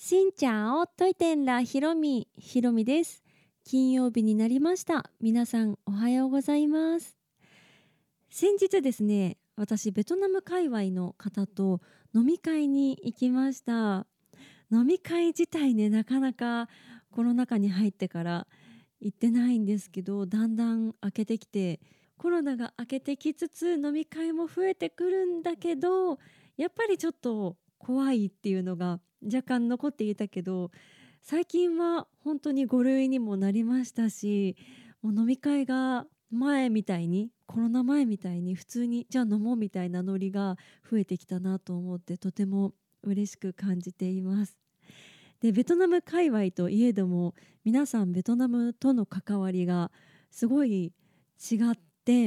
しんちゃんをといてんらひろみです。金曜日になりました。皆さんおはようございます。先日ですね、私ベトナム界隈の方と飲み会に行きました。飲み会自体ね、なかなかコロナ禍に入ってから行ってないんですけど、だんだん明けてきて、コロナが明けてきつつ飲み会も増えてくるんだけど、やっぱりちょっと怖いっていうのが若干残っていたけど、最近は本当に5類にもなりましたし、もう飲み会が前みたいにコロナ前みたいに普通にじゃあ飲もうみたいなノリが増えてきたなと思って、とても嬉しく感じています。で、ベトナム界隈といえども、皆さんベトナムとの関わりがすごい違って、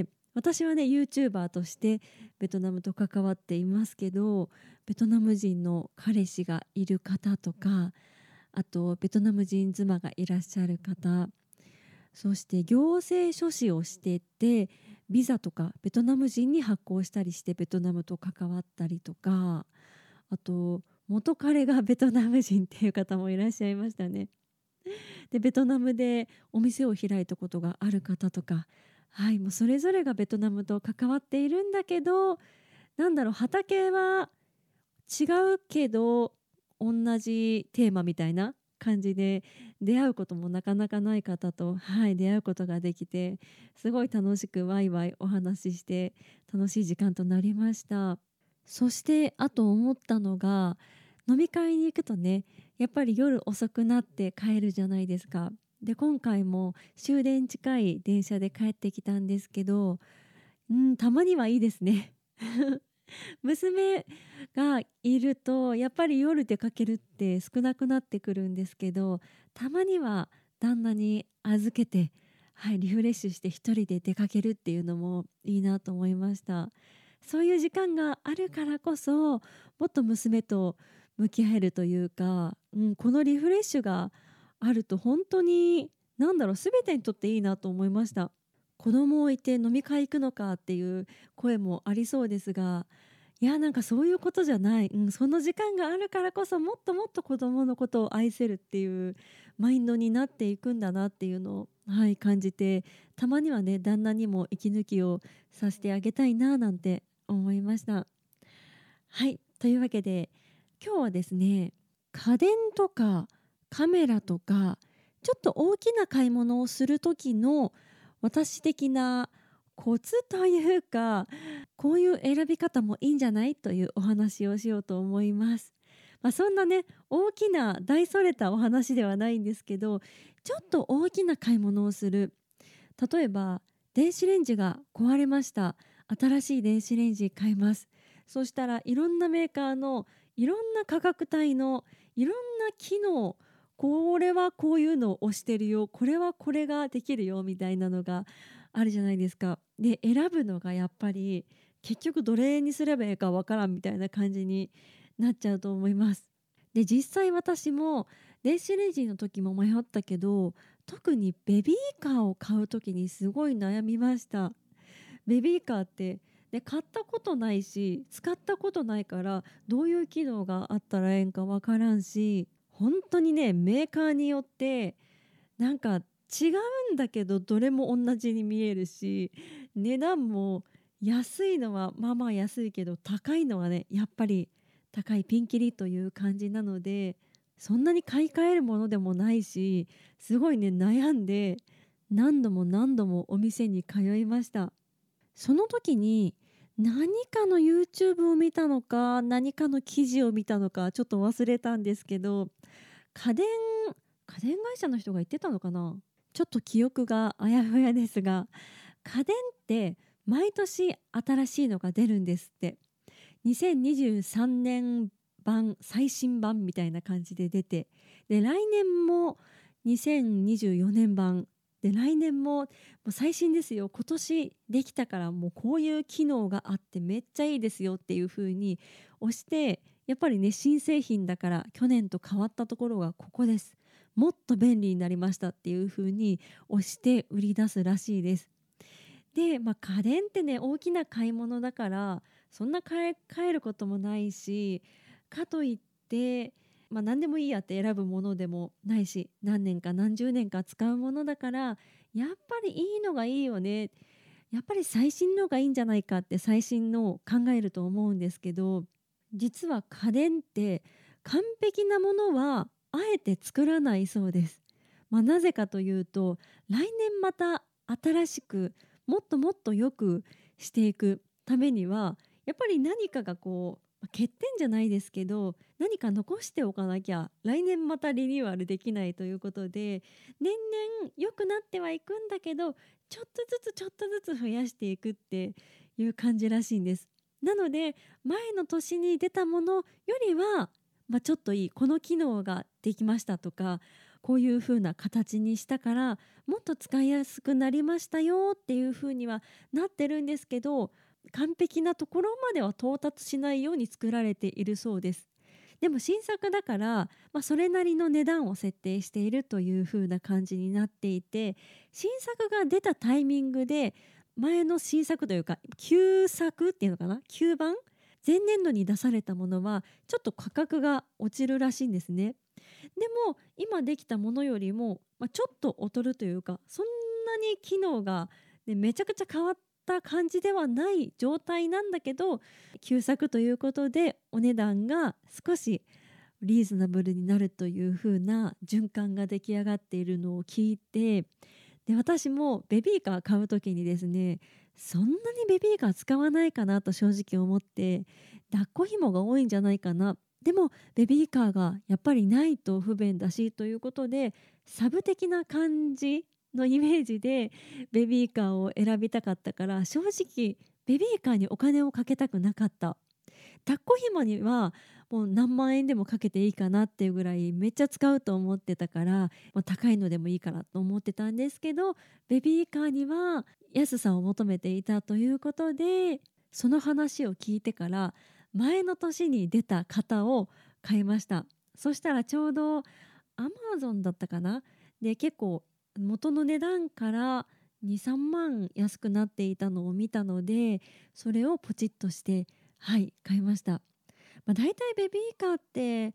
私はね YouTuber としてベトナムと関わっていますけど、ベトナム人の彼氏がいる方とか、あとベトナム人妻がいらっしゃる方、そして行政書士をしてて、ビザとかベトナム人に発行したりしてベトナムと関わったりとか、あと元彼がベトナム人っていう方もいらっしゃいましたね。で、ベトナムでお店を開いたことがある方とか、はい、もうそれぞれがベトナムと関わっているんだけど、なんだろう、畑は違うけど同じテーマみたいな感じで出会うこともなかなかない方と、はい、出会うことができて、すごい楽しくワイワイお話しして楽しい時間となりました。そしてあと思ったのが、飲み会に行くとね、やっぱり夜遅くなって帰るじゃないですか。で、今回も終電近い電車で帰ってきたんですけど、たまにはいいですね。娘がいるとやっぱり夜出かけるって少なくなってくるんですけど、たまには旦那に預けて、はい、リフレッシュして一人で出かけるっていうのもいいなと思いました。そういう時間があるからこそ、もっと娘と向き合えるというか、このリフレッシュがあると本当に全てにとっていいなと思いました。子供を置いて飲み会行くのかっていう声もありそうですが、いや、なんかそういうことじゃない、その時間があるからこそもっともっと子供のことを愛せるっていうマインドになっていくんだなっていうのを、はい、感じて、たまにはね旦那にも息抜きをさせてあげたいななんて思いました。はい、というわけで今日はですね、家電とかカメラとかちょっと大きな買い物をする時の私的なコツというか、こういう選び方もいいんじゃないというお話をしようと思います。そんなね大きな大それたお話ではないんですけど、ちょっと大きな買い物をする。例えば電子レンジが壊れました。新しい電子レンジ買います。そしたらいろんなメーカーのいろんな価格帯のいろんな機能、これはこういうのを押してるよ、これはこれができるよみたいなのがあるじゃないですか。で、選ぶのがやっぱり結局どれにすればいいかわからんみたいな感じになっちゃうと思います。で、実際私も電子レンジの時も迷ったけど、特にベビーカーを買う時にすごい悩みました。ベビーカーってで買ったことないし使ったことないから、どういう機能があったらええんかわからんし、本当にねメーカーによってなんか違うんだけどどれも同じに見えるし、値段も安いのはまあまあ安いけど高いのはねやっぱり高いピンキリという感じなので、そんなに買い替えるものでもないし、すごいね悩んで何度も何度もお店に通いました。その時に何かの YouTube を見たのか何かの記事を見たのかちょっと忘れたんですけど、家電家電会社の人が言ってたのかな、ちょっと記憶があやふやですが、家電って毎年新しいのが出るんですって。2023年版最新版みたいな感じで出て、で来年も2024年版で、来年も最新ですよ、今年できたからもうこういう機能があってめっちゃいいですよっていう風に押して、やっぱりね新製品だから去年と変わったところがここです、もっと便利になりましたっていう風に押して売り出すらしいです。で、家電ってね大きな買い物だからそんな買えることもないし、かといって何でもいいやって選ぶものでもないし、何年か何十年か使うものだから、やっぱりいいのがいいよね、やっぱり最新のがいいんじゃないかって最新のを考えると思うんですけど、実は家電って完璧なものはあえて作らないそうです。なぜかというと、来年また新しくもっともっと良くしていくためには、やっぱり何かが欠点じゃないですけど、何か残しておかなきゃ来年またリニューアルできないということで、年々良くなってはいくんだけど、ちょっとずつちょっとずつ増やしていくっていう感じらしいんです。なので前の年に出たものよりは、ちょっといいこの機能ができましたとか、こういう風な形にしたからもっと使いやすくなりましたよっていう風にはなってるんですけど、完璧なところまでは到達しないように作られているそうです。でも新作だから、それなりの値段を設定しているという風な感じになっていて、新作が出たタイミングで前の新作というか旧作っていうのかな、旧版、前年度に出されたものはちょっと価格が落ちるらしいんですね。でも今できたものよりも、ちょっと劣るというか、そんなに機能が、めちゃくちゃ変わった感じではない状態なんだけど、旧作ということでお値段が少しリーズナブルになるという風な循環が出来上がっているのを聞いて、で私もベビーカー買う時にですね、そんなにベビーカー使わないかなと正直思って、抱っこ紐が多いんじゃないかな、でもベビーカーがやっぱりないと不便だしということで、サブ的な感じのイメージでベビーカーを選びたかったから、正直ベビーカーにお金をかけたくなかった。抱っこ紐にはもう何万円でもかけていいかなっていうぐらいめっちゃ使うと思ってたから、高いのでもいいかなと思ってたんですけど、ベビーカーには安さを求めていたということで、その話を聞いてから前の年に出た型を買いました。そしたらちょうどアマゾンだったかな、で結構元の値段から2、3万安くなっていたのを見たので、それをポチッとして買いました。だいたいベビーカーって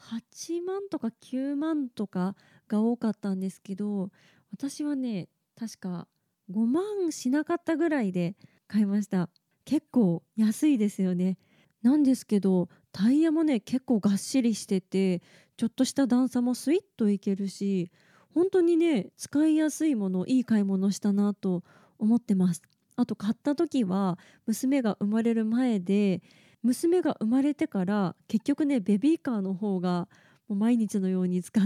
8万とか9万とかが多かったんですけど、私はね確か5万しなかったぐらいで買いました。結構安いですよね。なんですけどタイヤもね結構がっしりしてて、ちょっとした段差もスイッといけるし、本当にね使いやすいもの、いい買い物したなと思ってます。あと買った時は娘が生まれる前で、娘が生まれてから結局ねベビーカーの方がもう毎日のように使って、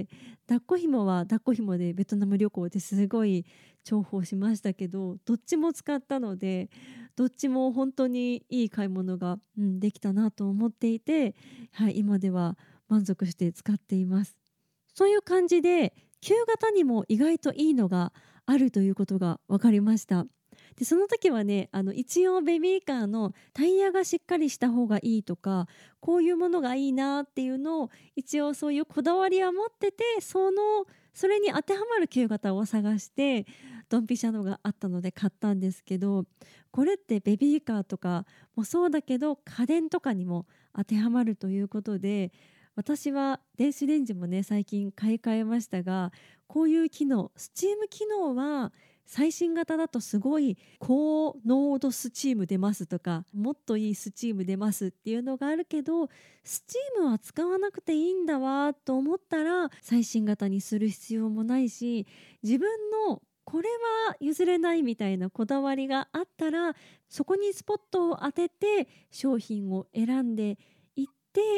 抱っこ紐は抱っこ紐でベトナム旅行ですごい重宝しましたけど、どっちも使ったのでどっちも本当にいい買い物が、できたなと思っていて、今では満足して使っています。そういう感じで旧型にも意外といいのがあるということが分かりました。でその時はね、一応ベビーカーのタイヤがしっかりした方がいいとか、こういうものがいいなっていうのを一応そういうこだわりは持ってて、それに当てはまる旧型を探してドンピシャのがあったので買ったんですけど、これってベビーカーとかもそうだけど家電とかにも当てはまるということで、私は電子レンジもね最近買い替えましたが、こういう機能、スチーム機能は最新型だとすごい高濃度スチーム出ますとか、もっといいスチーム出ますっていうのがあるけど、スチームは使わなくていいんだわと思ったら最新型にする必要もないし、自分のこれは譲れないみたいなこだわりがあったら、そこにスポットを当てて商品を選んでいって、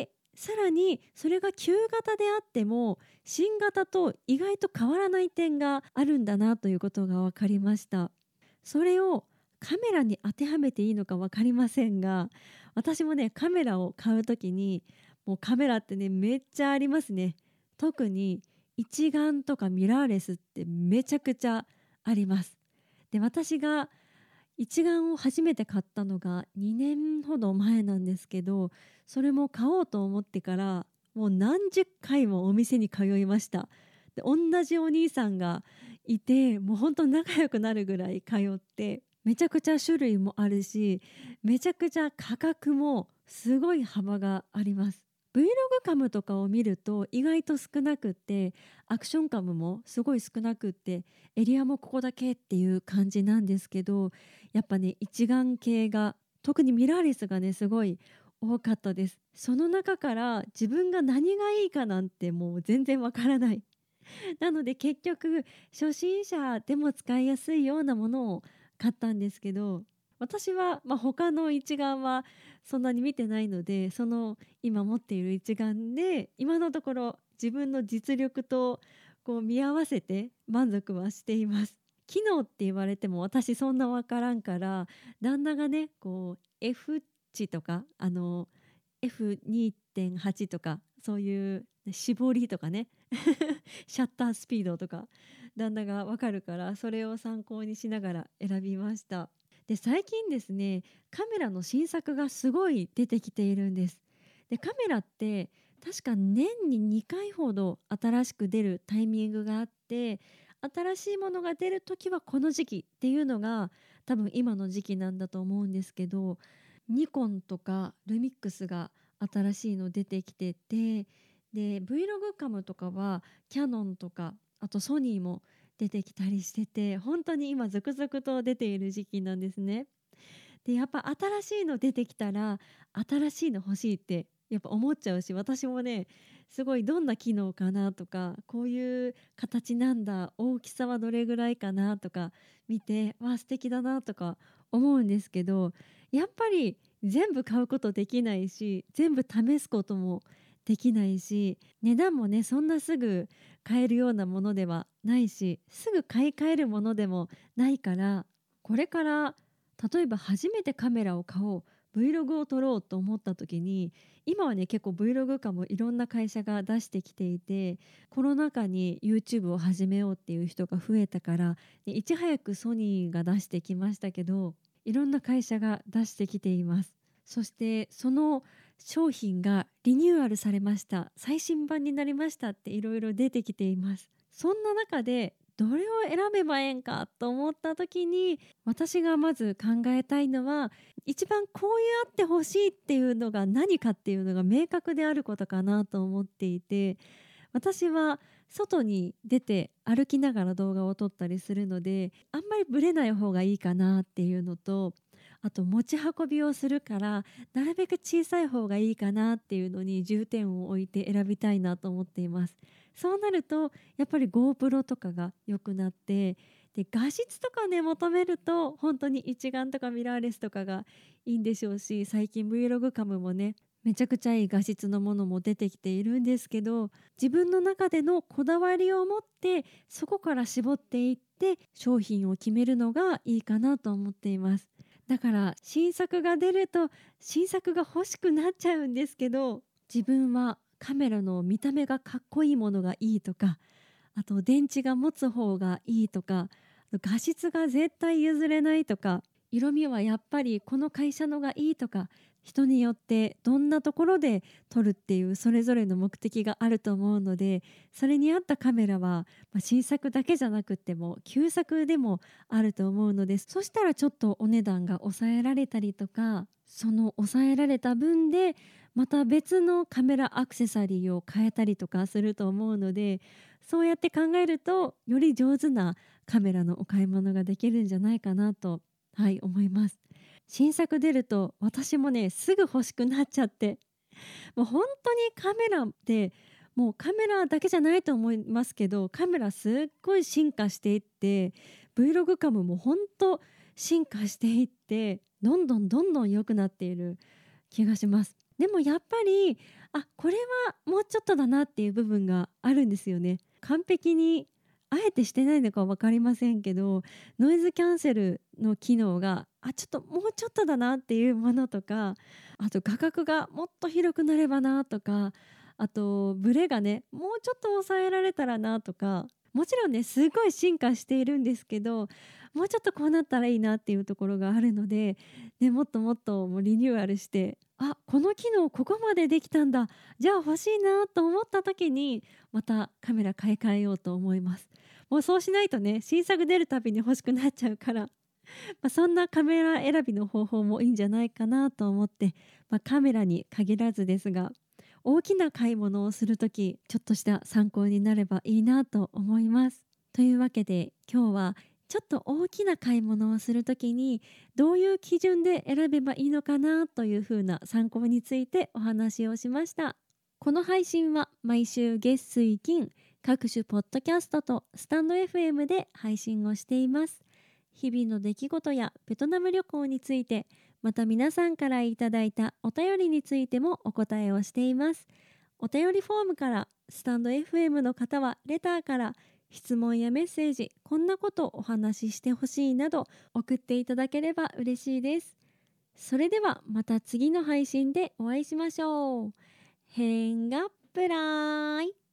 さらにそれが旧型であっても新型と意外と変わらない点があるんだなということが分かりました。それをカメラに当てはめていいのか分かりませんが、私もねカメラを買うときに、もうカメラってねめっちゃありますね。特に一眼とかミラーレスってめちゃくちゃあります。で私が一眼を初めて買ったのが2年ほど前なんですけど、それも買おうと思ってからもう何十回もお店に通いました。で同じお兄さんがいて、もう本当仲良くなるぐらい通って、めちゃくちゃ種類もあるし、めちゃくちゃ価格もすごい幅があります。Vlog カムとかを見ると意外と少なくって、アクションカムもすごい少なくって、エリアもここだけっていう感じなんですけど、やっぱね一眼系が、特にミラーレスがねすごい多かったです。その中から自分が何がいいかなんてもう全然わからない。なので結局初心者でも使いやすいようなものを買ったんですけど、私は、他の一眼はそんなに見てないので、その今持っている一眼で今のところ自分の実力とこう見合わせて満足はしています。機能って言われても私そんなわからんから、旦那がねこう F 値とかF2.8 とかそういう絞りとかねシャッタースピードとか旦那がわかるから、それを参考にしながら選びました。で最近ですね、カメラの新作がすごい出てきているんです。でカメラって確か年に2回ほど新しく出るタイミングがあって、新しいものが出る時はこの時期っていうのが多分今の時期なんだと思うんですけど、ニコンとかルミックスが新しいの出てきてて、で Vlog カムとかはキヤノンとかあとソニーも出てきたりしてて、本当に今続々と出ている時期なんですね。でやっぱ新しいの出てきたら新しいの欲しいってやっぱ思っちゃうし、私もねすごいどんな機能かなとか、こういう形なんだ、大きさはどれぐらいかなとか見て、わ素敵だなとか思うんですけど、やっぱり全部買うことできないし、全部試すこともできないし、値段もねそんなすぐ買えるようなものではないし、すぐ買い替えるものでもないから、これから例えば初めてカメラを買おう、 Vlog を撮ろうと思った時に、今はね結構 Vlog 化もいろんな会社が出してきていて、コロナ禍に YouTube を始めようっていう人が増えたから、でいち早くソニーが出してきましたけど、いろんな会社が出してきています。そしてその商品がリニューアルされました、最新版になりましたっていろいろ出てきています。そんな中でどれを選べばええんかと思った時に、私がまず考えたいのは、一番こういうあってほしいっていうのが何かっていうのが明確であることかなと思っていて、私は外に出て歩きながら動画を撮ったりするので、あんまりブレない方がいいかなっていうのと、あと持ち運びをするからなるべく小さい方がいいかなっていうのに重点を置いて選びたいなと思っています。そうなるとやっぱり GoPro とかが良くなって、で画質とかね求めると本当に一眼とかミラーレスとかがいいんでしょうし、最近 Vlog カムもねめちゃくちゃいい画質のものも出てきているんですけど、自分の中でのこだわりを持ってそこから絞っていって商品を決めるのがいいかなと思っています。だから新作が出ると新作が欲しくなっちゃうんですけど、自分はカメラの見た目がかっこいいものがいいとか、あと電池が持つ方がいいとか、画質が絶対譲れないとか、色味はやっぱりこの会社のがいいとか、人によってどんなところで撮るっていうそれぞれの目的があると思うので、それに合ったカメラは、新作だけじゃなくっても旧作でもあると思うので、そしたらちょっとお値段が抑えられたりとか、その抑えられた分でまた別のカメラアクセサリーを変えたりとかすると思うので、そうやって考えるとより上手なカメラのお買い物ができるんじゃないかなと、思います。新作出ると私もねすぐ欲しくなっちゃって、もう本当にカメラってもうカメラだけじゃないと思いますけど、カメラすっごい進化していって Vlog カムも本当進化していって、どんどんどんどん良くなっている気がします。でもやっぱりこれはもうちょっとだなっていう部分があるんですよね。完璧にあえてしてないのか分かりませんけど、ノイズキャンセルの機能がちょっともうちょっとだなっていうものとか、あと画角がもっと広くなればなとか、あとブレがねもうちょっと抑えられたらなとか、もちろんねすごい進化しているんですけど、もうちょっとこうなったらいいなっていうところがあるので、もっともっともうリニューアルして、この機能ここまでできたんだ、じゃあ欲しいなと思った時にまたカメラ買い替えようと思います。もうそうしないとね新作出るたびに欲しくなっちゃうから、そんなカメラ選びの方法もいいんじゃないかなと思って、カメラに限らずですが、 大きな買い物をするとき、ちょっとした参考になればいいなと思います。というわけで今日はちょっと大きな買い物をするときにどういう基準で選べばいいのかなというふうな参考についてお話をしました。この配信は毎週月水金各種ポッドキャストとスタンド FM で配信をしています。日々の出来事やベトナム旅行について、また皆さんからいただいたお便りについてもお答えをしています。お便りフォームから、スタンド FM の方はレターから、質問やメッセージ、こんなことお話ししてほしいなど送っていただければ嬉しいです。それではまた次の配信でお会いしましょう。変がっぷらーい。